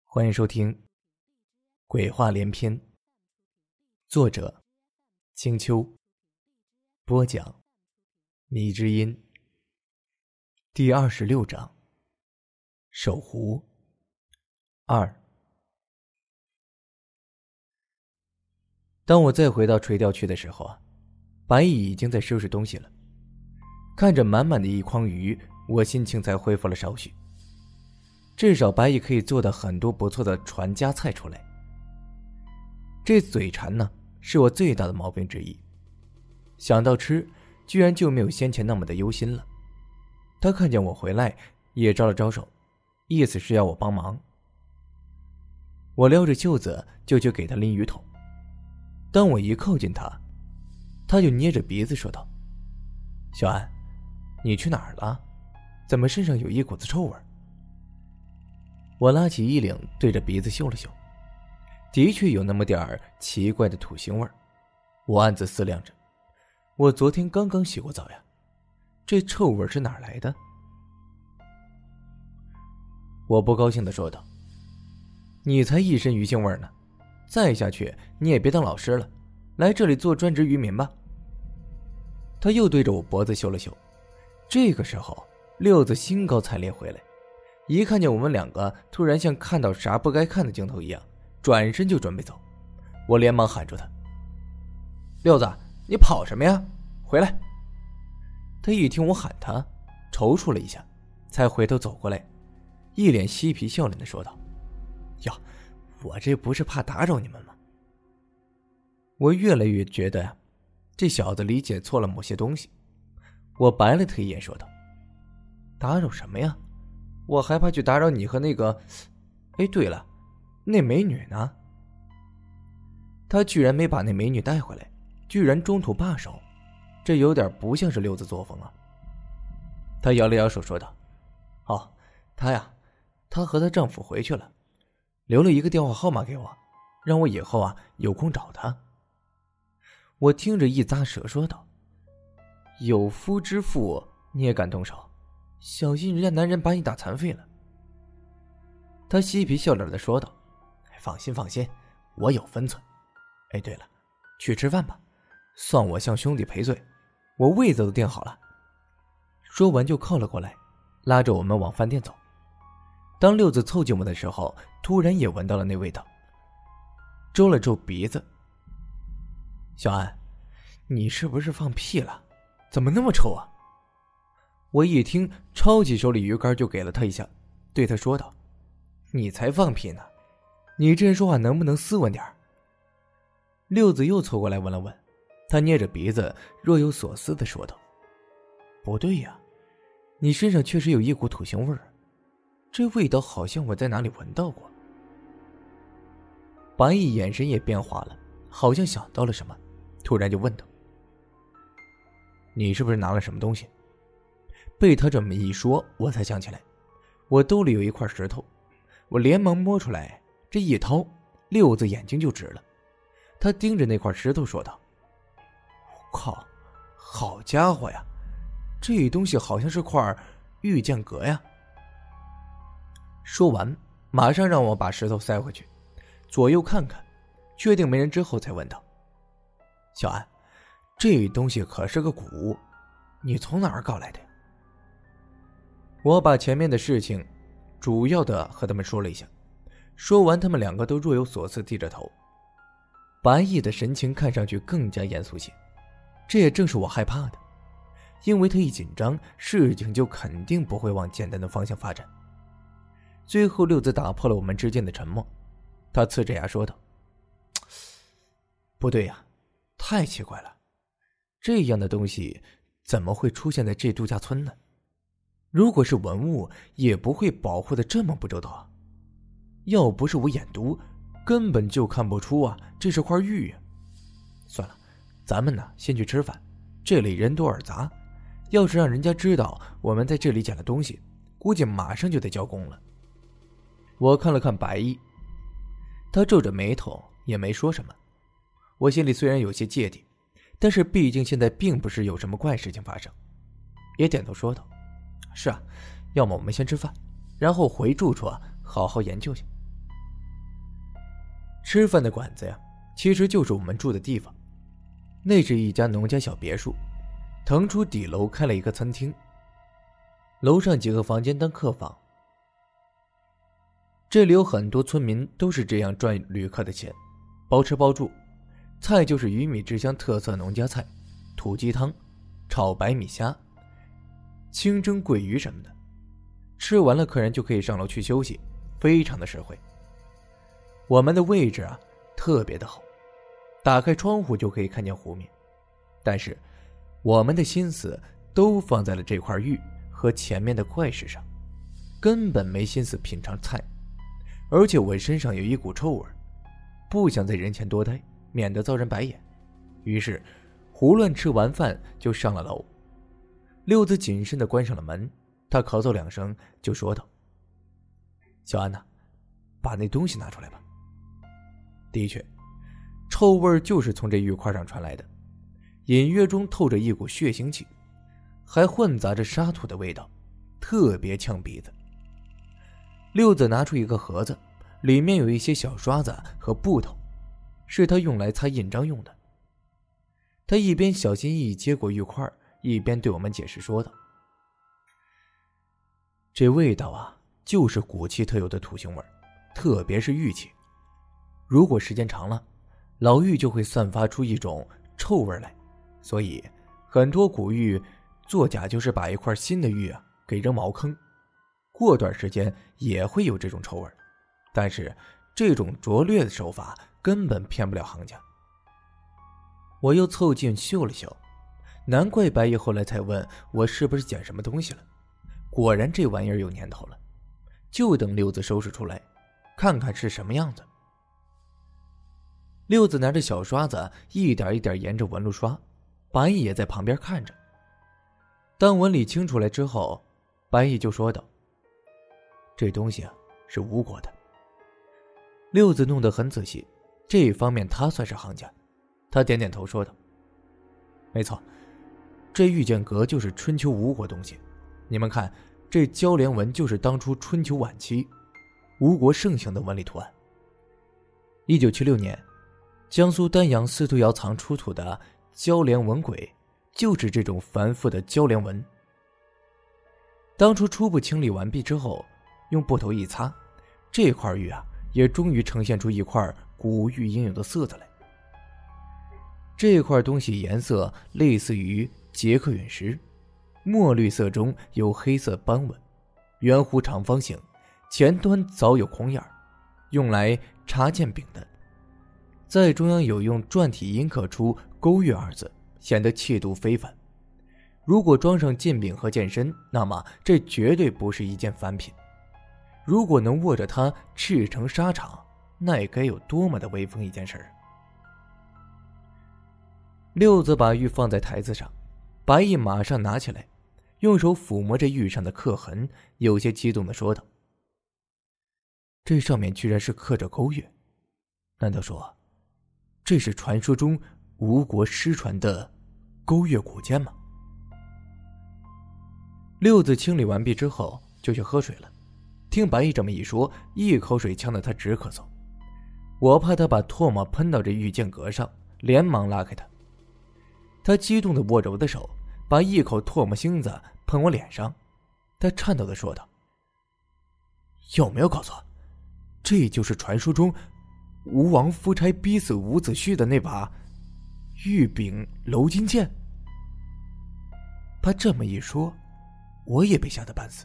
欢迎收听《鬼话连篇》，作者青秋，播讲迷之音。第26章，守湖2。当我再回到垂钓区的时候白蚁已经在收拾东西了。看着满满的一筐鱼，我心情才恢复了少许。至少白蚁可以做到很多不错的传家菜出来。这嘴馋呢，是我最大的毛病之一。想到吃，居然就没有先前那么的忧心了。他看见我回来，也招了招手，意思是要我帮忙。我撩着袖子就去给他拎鱼桶。当我一靠近他，他就捏着鼻子说道：“小安，你去哪儿了？怎么身上有一股子臭味？”我拉起衣领对着鼻子嗅了嗅，的确有那么点儿奇怪的土腥味。我暗自思量着，我昨天刚刚洗过澡呀，这臭味是哪儿来的？我不高兴地说道：“你才一身鱼腥味呢，再下去你也别当老师了，来这里做专职渔民吧。”他又对着我脖子嗅了嗅。这个时候六子兴高采烈回来，一看见我们两个，突然像看到啥不该看的镜头一样，转身就准备走。我连忙喊住他：“六子，你跑什么呀？回来！”他一听我喊他，踌躇了一下，才回头走过来，一脸嬉皮笑脸的说道：“哟，我这不是怕打扰你们吗？”我越来越觉得这小子理解错了某些东西。我白了他一眼说道：“打扰什么呀？我还怕去打扰你和那个……哎，对了，那美女呢？”他居然没把那美女带回来，居然中途罢手，这有点不像是六子作风啊。他摇了摇手说道：“哦，她和她丈夫回去了，留了一个电话号码给我，让我以后有空找她。”我听着一咂舌说道：“有夫之妇你也敢动手？小心人家男人把你打残废了。”他嬉皮笑脸的说道：“放心放心，我有分寸。哎，对了，去吃饭吧，算我向兄弟赔罪，我位子都订好了。”说完就靠了过来，拉着我们往饭店走。当六子凑近我的时候，突然也闻到了那味道，皱了皱鼻子：“小安，你是不是放屁了？怎么那么臭啊？”我一听，抄起手里鱼竿就给了他一下，对他说道：“你才放屁呢，你这人说话能不能斯文点？”六子又凑过来闻了闻，他捏着鼻子若有所思地说道：“不对呀，你身上确实有一股土腥味儿，这味道好像我在哪里闻到过。”白蚁眼神也变化了，好像想到了什么，突然就问道：“你是不是拿了什么东西？”被他这么一说，我才想起来，我兜里有一块石头。我连忙摸出来，这一掏，六子眼睛就直了。他盯着那块石头说道：“我靠，好家伙呀，这东西好像是块玉剑阁呀！”说完，马上让我把石头塞回去，左右看看，确定没人之后才问道：“小安，这东西可是个古物，你从哪儿搞来的呀？”我把前面的事情主要的和他们说了一下，说完他们两个都若有所思低着头。白蚁的神情看上去更加严肃些，这也正是我害怕的，因为他一紧张，事情就肯定不会往简单的方向发展。最后六子打破了我们之间的沉默，他呲着牙说道：“不对呀，太奇怪了，这样的东西怎么会出现在这度假村呢？如果是文物，也不会保护的这么不周到啊！要不是我眼毒，根本就看不出这是块玉啊！算了，咱们先去吃饭，这里人多耳杂，要是让人家知道我们在这里捡了东西，估计马上就得交工了。”我看了看白衣，他皱着眉头也没说什么。我心里虽然有些芥蒂，但是毕竟现在并不是有什么怪事情发生，也点头说道：“是啊，要么我们先吃饭，然后回住处好好研究去。” 吃饭的馆子呀，其实就是我们住的地方。那是一家农家小别墅，腾出底楼开了一个餐厅，楼上几个房间当客房。这里有很多村民都是这样赚旅客的钱，包吃包住。菜就是鱼米之乡特色农家菜，土鸡汤、炒白米虾、清蒸桂鱼什么的。吃完了客人就可以上楼去休息，非常的实惠。我们的位置啊特别的好，打开窗户就可以看见湖面。但是我们的心思都放在了这块玉和前面的怪事上，根本没心思品尝菜。而且我身上有一股臭味，不想在人前多待，免得遭人白眼。于是胡乱吃完饭就上了楼。六子谨慎地关上了门，他咳嗽2声就说道：小安呐，把那东西拿出来吧。的确，臭味就是从这玉块上传来的，隐约中透着一股血腥气，还混杂着沙土的味道，特别呛鼻子。六子拿出一个盒子，里面有一些小刷子和布头，是他用来擦印章用的。他一边小心翼翼接过玉块，一边对我们解释说道：这味道啊，就是古气特有的土腥味，特别是玉气。如果时间长了，老玉就会散发出一种臭味来，所以很多古玉作假就是把一块新的玉啊给扔茅坑，过段时间也会有这种臭味。但是这种拙劣的手法根本骗不了行家。我又凑近嗅了嗅，难怪白爷后来才问我是不是捡什么东西了，果然这玩意儿有年头了，就等六子收拾出来看看是什么样子。六子拿着小刷子一点一点沿着纹路刷，白爷也在旁边看着。当纹理清出来之后，白爷就说道：这东西啊是吴国的。六子弄得很仔细，这方面他算是行家。他点点头说道：没错，这玉剑阁就是春秋吴国东西。你们看，这交连纹就是当初春秋晚期吴国盛行的纹理图案。1976年江苏丹阳司徒窑藏出土的交连纹轨就是这种繁复的交连纹。当初初步清理完毕之后，用布头一擦，这块玉啊也终于呈现出一块古玉应有的色泽来。这块东西颜色类似于捷克陨石，墨绿色中有黑色斑纹，圆弧长方形，前端早有孔眼，用来插剑柄的。在中央有用篆体印刻出勾月2字，显得气度非凡。如果装上剑柄和剑身，那么这绝对不是一件凡品。如果能握着它赤诚沙场，那该有多么的威风一件事。六子把玉放在台子上，白毅马上拿起来，用手抚摸着玉上的刻痕，有些激动地说道：这上面居然是刻着勾月，难道说这是传说中吴国失传的勾月古剑吗？六子清理完毕之后就去喝水了，听白毅这么一说，一口水呛得他直咳嗽。我怕他把唾沫喷到这玉剑阁上，连忙拉开他。他激动地握着我的手，把一口唾沫星子喷我脸上。他颤抖地说道：有没有搞错？这就是传说中吴王夫差逼死伍子胥的那把玉柄鎏金剑。他这么一说，我也被吓得半死，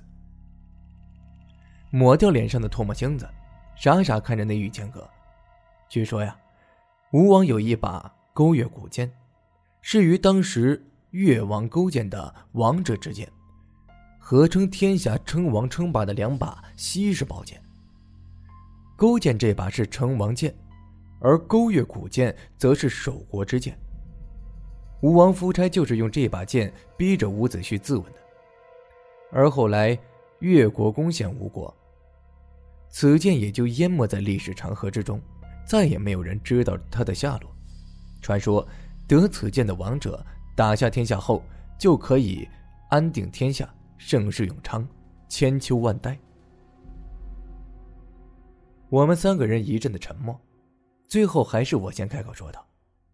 抹掉脸上的唾沫星子，傻傻看着那玉剑阁。据说呀，吴王有一把勾月古剑，是于当时越王勾践的王者之剑，合称天下称王称霸的2把稀世宝剑。勾践这把是称王剑，而勾月古剑则是守国之剑。吴王夫差就是用这把剑逼着伍子胥自刎的。而后来越国攻陷吴国，此剑也就淹没在历史长河之中，再也没有人知道他的下落。传说得此剑的王者打下天下后，就可以安定天下，盛世永昌，千秋万代。我们3个人一阵的沉默， 最后还是我先开口说道：“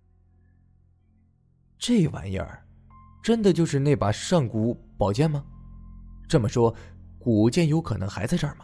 这玩意儿，真的就是那把上古宝剑吗？这么说，古剑有可能还在这儿吗？”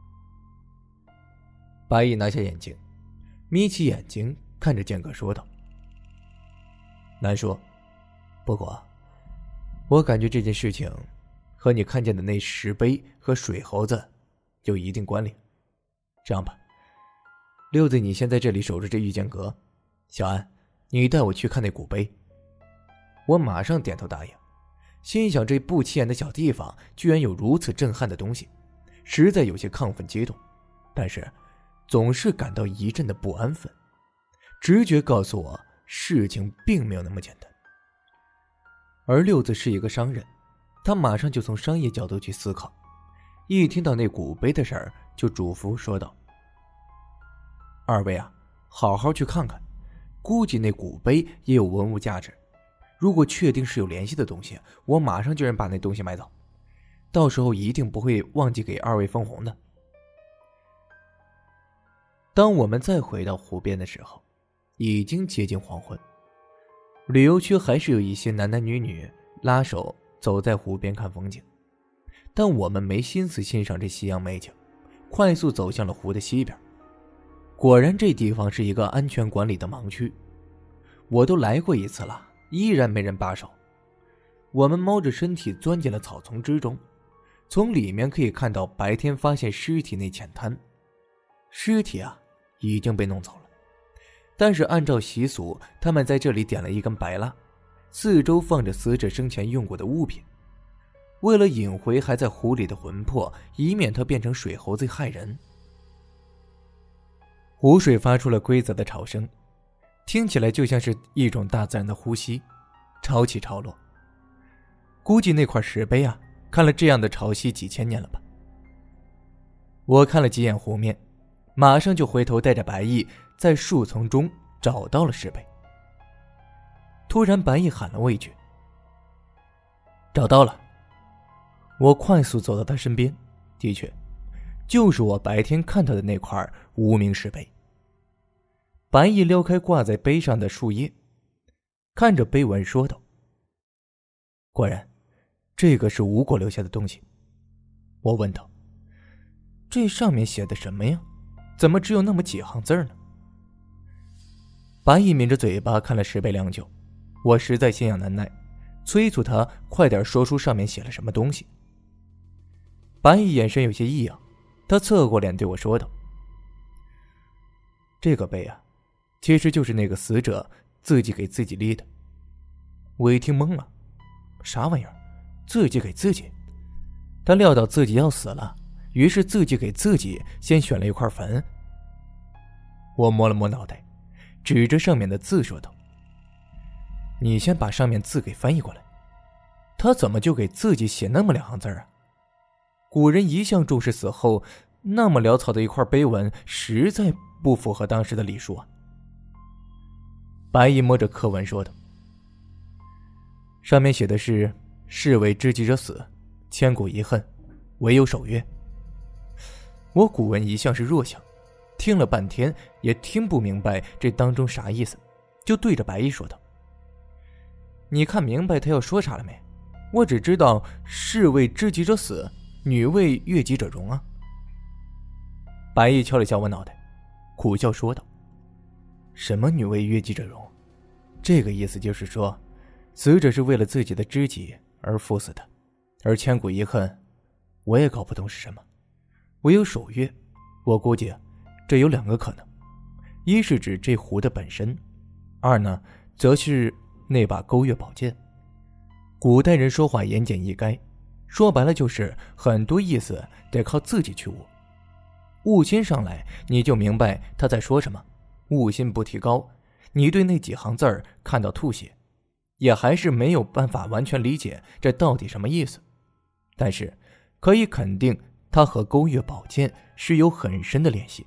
白毅拿下眼镜，眯起眼睛看着剑哥说道：“难说，不过我感觉这件事情和你看见的那石碑和水猴子有一定关联。这样吧，六子你先在这里守着这御剑阁，小安你带我去看那古碑。”我马上点头答应，心想这不起眼的小地方居然有如此震撼的东西，实在有些亢奋激动，但是总是感到一阵的不安分，直觉告诉我事情并没有那么简单。而六子是一个商人，他马上就从商业角度去思考，一听到那古碑的事儿就嘱咐说道：“二位啊，好好去看看，估计那古碑也有文物价值，如果确定是有联系的东西，我马上就让人把那东西买走，到时候一定不会忘记给二位分红的。”当我们再回到湖边的时候，已经接近黄昏。旅游区还是有一些男男女女拉手走在湖边看风景，但我们没心思欣赏这夕阳美景，快速走向了湖的西边。果然这地方是一个安全管理的盲区，我都来过一次了，依然没人把守。我们猫着身体钻进了草丛之中，从里面可以看到白天发现尸体那浅滩，尸体啊已经被弄走了，但是按照习俗，他们在这里点了一根白蜡，四周放着死者生前用过的物品，为了引回还在湖里的魂魄，以免它变成水猴子害人。湖水发出了规则的潮声，听起来就像是一种大自然的呼吸，潮起潮落。估计那块石碑啊，看了这样的潮汐几千年了吧。我看了几眼湖面，马上就回头带着白毅在树丛中找到了石碑。突然白毅喊了我一句：“找到了！”我快速走到他身边，的确就是我白天看到的那块无名石碑。白毅撩开挂在碑上的树叶，看着碑文说道：“果然这个是吴国留下的东西。”我问道：“这上面写的什么呀？怎么只有那么几行字呢？”白毅抿着嘴巴看了石碑良久，我实在心痒难耐，催促他快点说出上面写了什么东西。白毅眼神有些异样，他侧过脸对我说道：“这个碑啊，其实就是那个死者自己给自己立的。”我一听懵了，啥玩意儿？自己给自己？他料到自己要死了，于是自己给自己先选了一块坟。我摸了摸脑袋，指着上面的字说道：“你先把上面字给翻译过来。他怎么就给自己写那么两行字啊？古人一向重视死后，那么潦草的一块碑文，实在不符合当时的礼数啊。”白毅摸着课文说道：“上面写的是士为知己者死，千古遗恨，唯有守约。”我古文一向是弱项，听了半天也听不明白这当中啥意思，就对着白毅说道：“你看明白他要说啥了没？我只知道士为知己者死，女为悦己者容啊。”白毅敲了敲我脑袋，苦笑说道：“什么女为悦己者容？这个意思就是说，死者是为了自己的知己而赴死的，而千古遗恨，我也搞不懂是什么。唯有守约，我估计这有两个可能，一是指这壶的本身，二呢，则是那把勾月宝剑。古代人说话言简意赅，说白了就是很多意思得靠自己去悟。悟心上来，你就明白他在说什么；悟心不提高，你对那几行字儿看到吐血，也还是没有办法完全理解这到底什么意思。但是可以肯定，它和勾月宝剑是有很深的联系。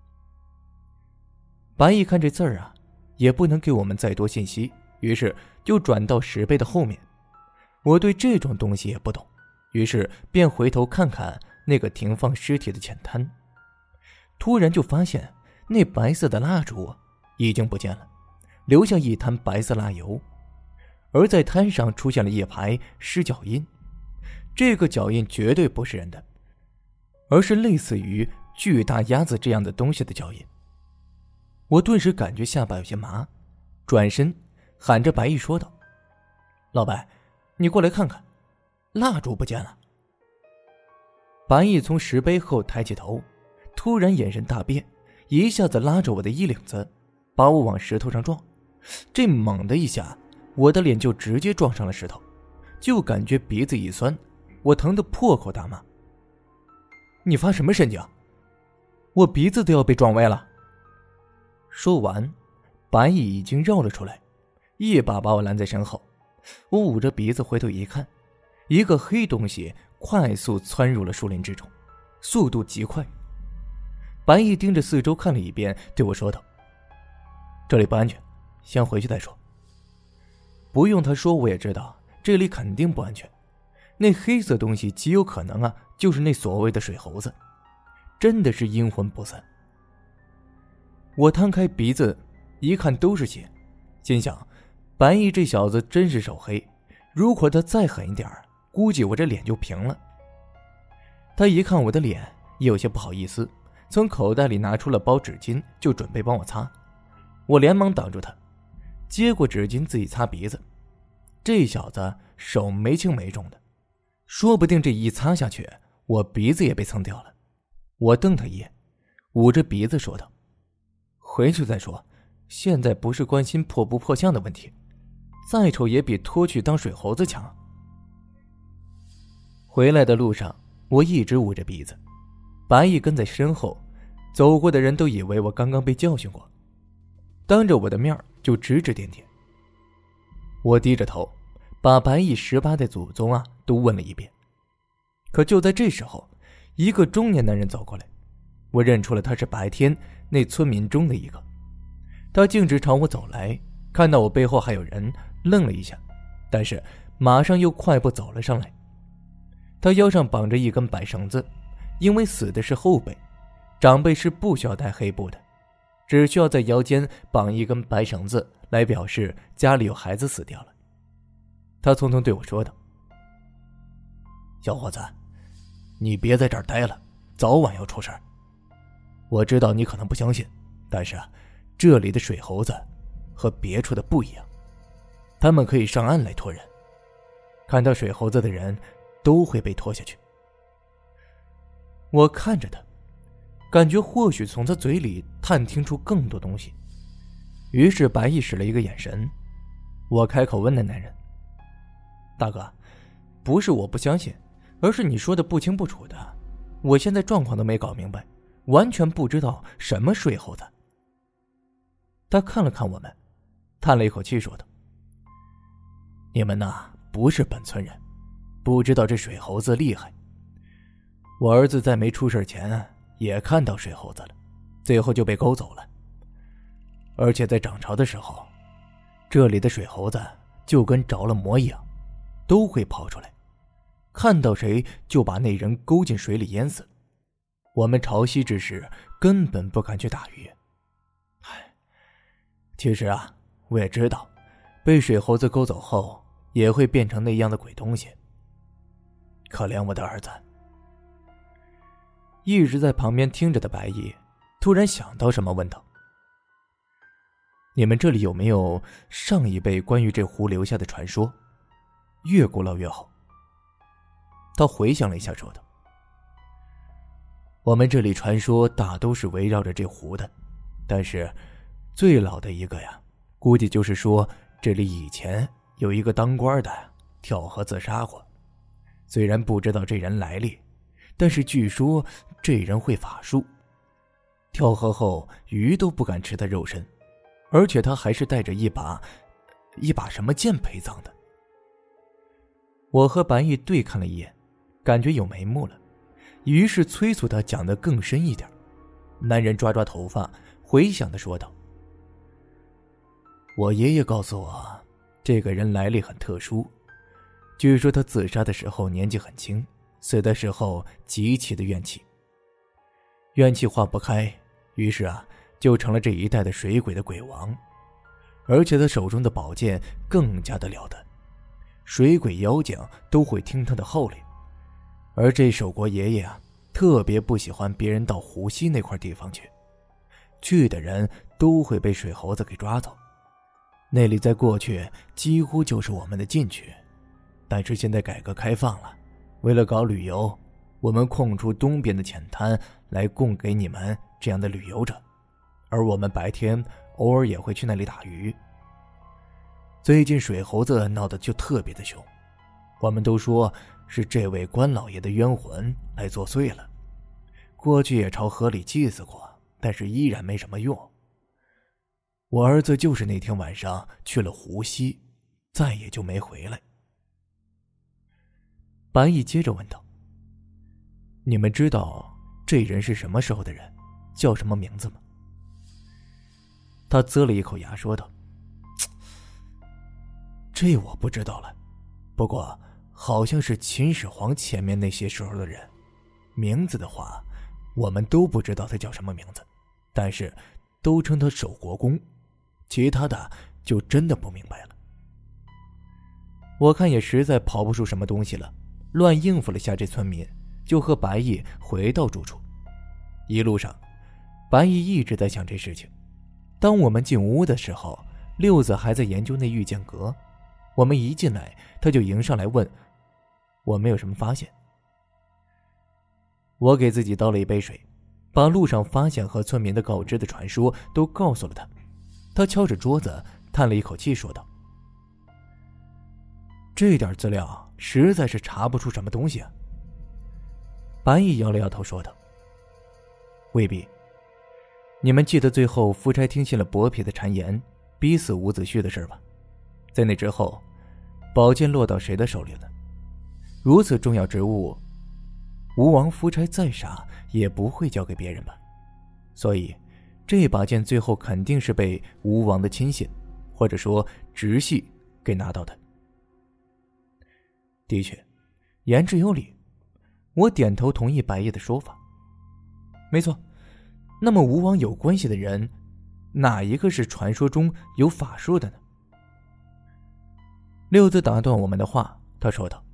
白毅看这字儿啊，也不能给我们再多信息，于是就转到石碑的后面。我对这种东西也不懂，于是便回头看看那个停放尸体的浅滩。突然就发现那白色的蜡烛已经不见了，留下一滩白色蜡油，而在滩上出现了一排湿脚印。这个脚印绝对不是人的，而是类似于巨大鸭子这样的东西的脚印。我顿时感觉下巴有些麻，转身喊着白毅说道：“老白，你过来看看，蜡烛不见了。”白毅从石碑后抬起头，突然眼神大变，一下子拉着我的衣领子，把我往石头上撞。这猛的一下，我的脸就直接撞上了石头，就感觉鼻子一酸，我疼得破口大骂：“你发什么神经？我鼻子都要被撞歪了！”说完，白毅已经绕了出来，一把把我拦在身后。我捂着鼻子回头一看，一个黑东西快速窜入了树林之中，速度极快。白毅盯着四周看了一遍，对我说道：“这里不安全，先回去再说。”不用他说我也知道这里肯定不安全，那黑色东西极有可能就是那所谓的水猴子，真的是阴魂不散。我摊开鼻子一看都是血，心想白毅这小子真是手黑，如果他再狠一点，估计我这脸就平了。他一看我的脸也有些不好意思，从口袋里拿出了包纸巾，就准备帮我擦。我连忙挡住他，接过纸巾自己擦鼻子。这小子手没轻没重的，说不定这一擦下去，我鼻子也被蹭掉了。我瞪他一眼，捂着鼻子说道：“回去再说，现在不是关心破不破相的问题，再丑也比拖去当水猴子强。”回来的路上，我一直捂着鼻子，白毅跟在身后，走过的人都以为我刚刚被教训过，当着我的面就指指点点。我低着头，把白毅18代祖宗都问了一遍。可就在这时候，一个中年男人走过来，我认出了他是白天那村民中的一个。他径直朝我走来，看到我背后还有人，愣了一下，但是马上又快步走了上来。他腰上绑着一根白绳子，因为死的是后辈，长辈是不需要戴黑布的，只需要在腰间绑一根白绳子来表示家里有孩子死掉了。他匆匆对我说道：“小伙子，你别在这儿待了，早晚要出事儿。我知道你可能不相信，但是这里的水猴子和别处的不一样，他们可以上岸来拖人，看到水猴子的人都会被拖下去。”我看着他，感觉或许从他嘴里探听出更多东西，于是白毅使了一个眼神。我开口问那男人：“大哥，不是我不相信，而是你说的不清不楚的，我现在状况都没搞明白，完全不知道什么水猴子。”他看了看我们，叹了一口气说道：“你们不是本村人，不知道这水猴子厉害。我儿子在没出事前也看到水猴子了，最后就被勾走了。而且在涨潮的时候，这里的水猴子就跟着了魔一样，都会跑出来，看到谁就把那人勾进水里淹死。我们潮汐之时根本不敢去打鱼。其实我也知道，被水猴子勾走后也会变成那样的鬼东西。可怜我的儿子。”一直在旁边听着的白毅突然想到什么，问道：“你们这里有没有上一辈关于这湖留下的传说？越古老越好。”他回想了一下说道：“我们这里传说大都是围绕着这湖的，但是最老的一个估计就是说这里以前有一个当官的跳河自杀过。虽然不知道这人来历，但是据说这人会法术，跳河后鱼都不敢吃他肉身，而且他还是带着一把什么剑陪葬的。”我和白毅对看了一眼，感觉有眉目了，于是催促他讲得更深一点。男人抓抓头发，回想地说道：“我爷爷告诉我，这个人来历很特殊，据说他自杀的时候年纪很轻，死的时候极其的怨气化不开，于是就成了这一带的水鬼的鬼王，而且他手中的宝剑更加的了得，水鬼妖将都会听他的号令。而这守国爷爷啊，特别不喜欢别人到湖西那块地方去，去的人都会被水猴子给抓走。那里在过去几乎就是我们的禁区，但是现在改革开放了，为了搞旅游，我们空出东边的浅滩来供给你们这样的旅游者，而我们白天偶尔也会去那里打鱼。最近水猴子闹得就特别的凶，我们都说是这位关老爷的冤魂来作祟了。过去也朝河里祭祀过，但是依然没什么用。我儿子就是那天晚上去了湖西，再也就没回来。白毅接着问道：你们知道这人是什么时候的人，叫什么名字吗？他啧了一口牙说道：这我不知道了，不过好像是秦始皇前面那些时候的人。名字的话我们都不知道他叫什么名字，但是都称他守国公，其他的就真的不明白了。我看也实在跑不出什么东西了，乱应付了下这村民，就和白毅回到住处。一路上白毅一直在想这事情。当我们进屋的时候，六子还在研究那御剑阁。我们一进来，他就迎上来问我没有什么发现。我给自己倒了一杯水，把路上发现和村民的告知的传说都告诉了他。他敲着桌子叹了一口气说道：这点资料实在是查不出什么东西啊。白毅摇了摇头说道：未必。你们记得最后夫差听信了伯嚭的谗言，逼死伍子胥的事吧？在那之后，宝剑落到谁的手里了？如此重要职务，吴王夫差再傻也不会交给别人吧？所以这把剑最后肯定是被吴王的亲信或者说直系给拿到的。的确，言之有理。我点头同意白夜的说法。没错，那么吴王有关系的人，哪一个是传说中有法术的呢？六子打断我们的话，他说道：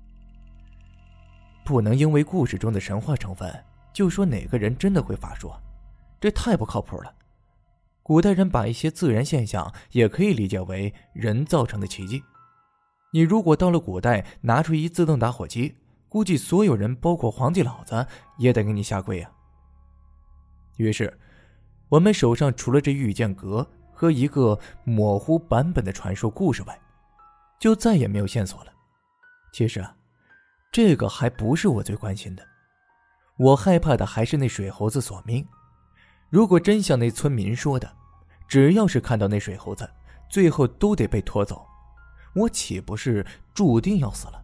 不能因为故事中的神话成分就说哪个人真的会法术啊，这太不靠谱了。古代人把一些自然现象也可以理解为人造成的奇迹。你如果到了古代拿出一自动打火机，估计所有人包括皇帝老子也得给你下跪啊。于是我们手上除了这御剑阁和一个模糊版本的传说故事外，就再也没有线索了。其实啊，这个还不是我最关心的，我害怕的还是那水猴子索命。如果真像那村民说的，只要是看到那水猴子，最后都得被拖走，我岂不是注定要死了？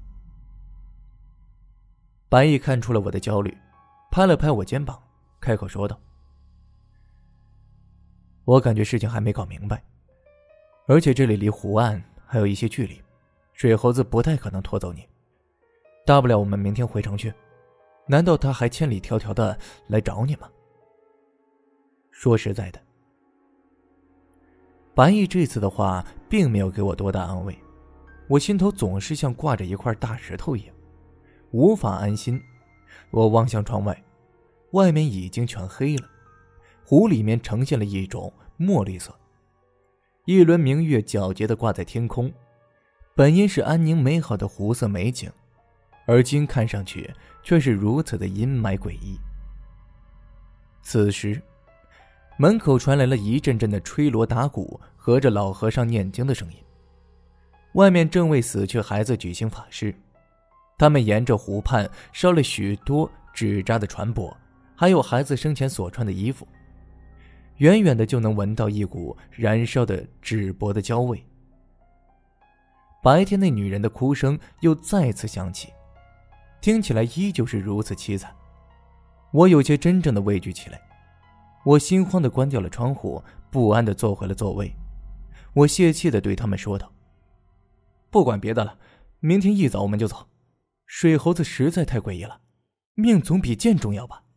白毅看出了我的焦虑，拍了拍我肩膀，开口说道：我感觉事情还没搞明白，而且这里离湖岸还有一些距离，水猴子不太可能拖走你，大不了我们明天回城去，难道他还千里迢迢的来找你吗？说实在的，白毅这次的话并没有给我多大安慰，我心头总是像挂着一块大石头一样，无法安心。我望向窗外，外面已经全黑了，湖里面呈现了一种墨绿色，一轮明月皎洁地挂在天空，本应是安宁美好的湖色美景，而今看上去却是如此的阴霾诡异。此时门口传来了一阵阵的吹锣打鼓和着老和尚念经的声音，外面正为死去孩子举行法事，他们沿着湖畔烧了许多纸扎的船舶，还有孩子生前所穿的衣服，远远的就能闻到一股燃烧的纸帛的焦味。白天那女人的哭声又再次响起，听起来依旧是如此凄惨。我有些真正的畏惧起来，我心慌地关掉了窗户，不安地坐回了座位。我泄气地对他们说道：不管别的了，明天一早我们就走。水猴子实在太诡异了，命总比剑重要吧。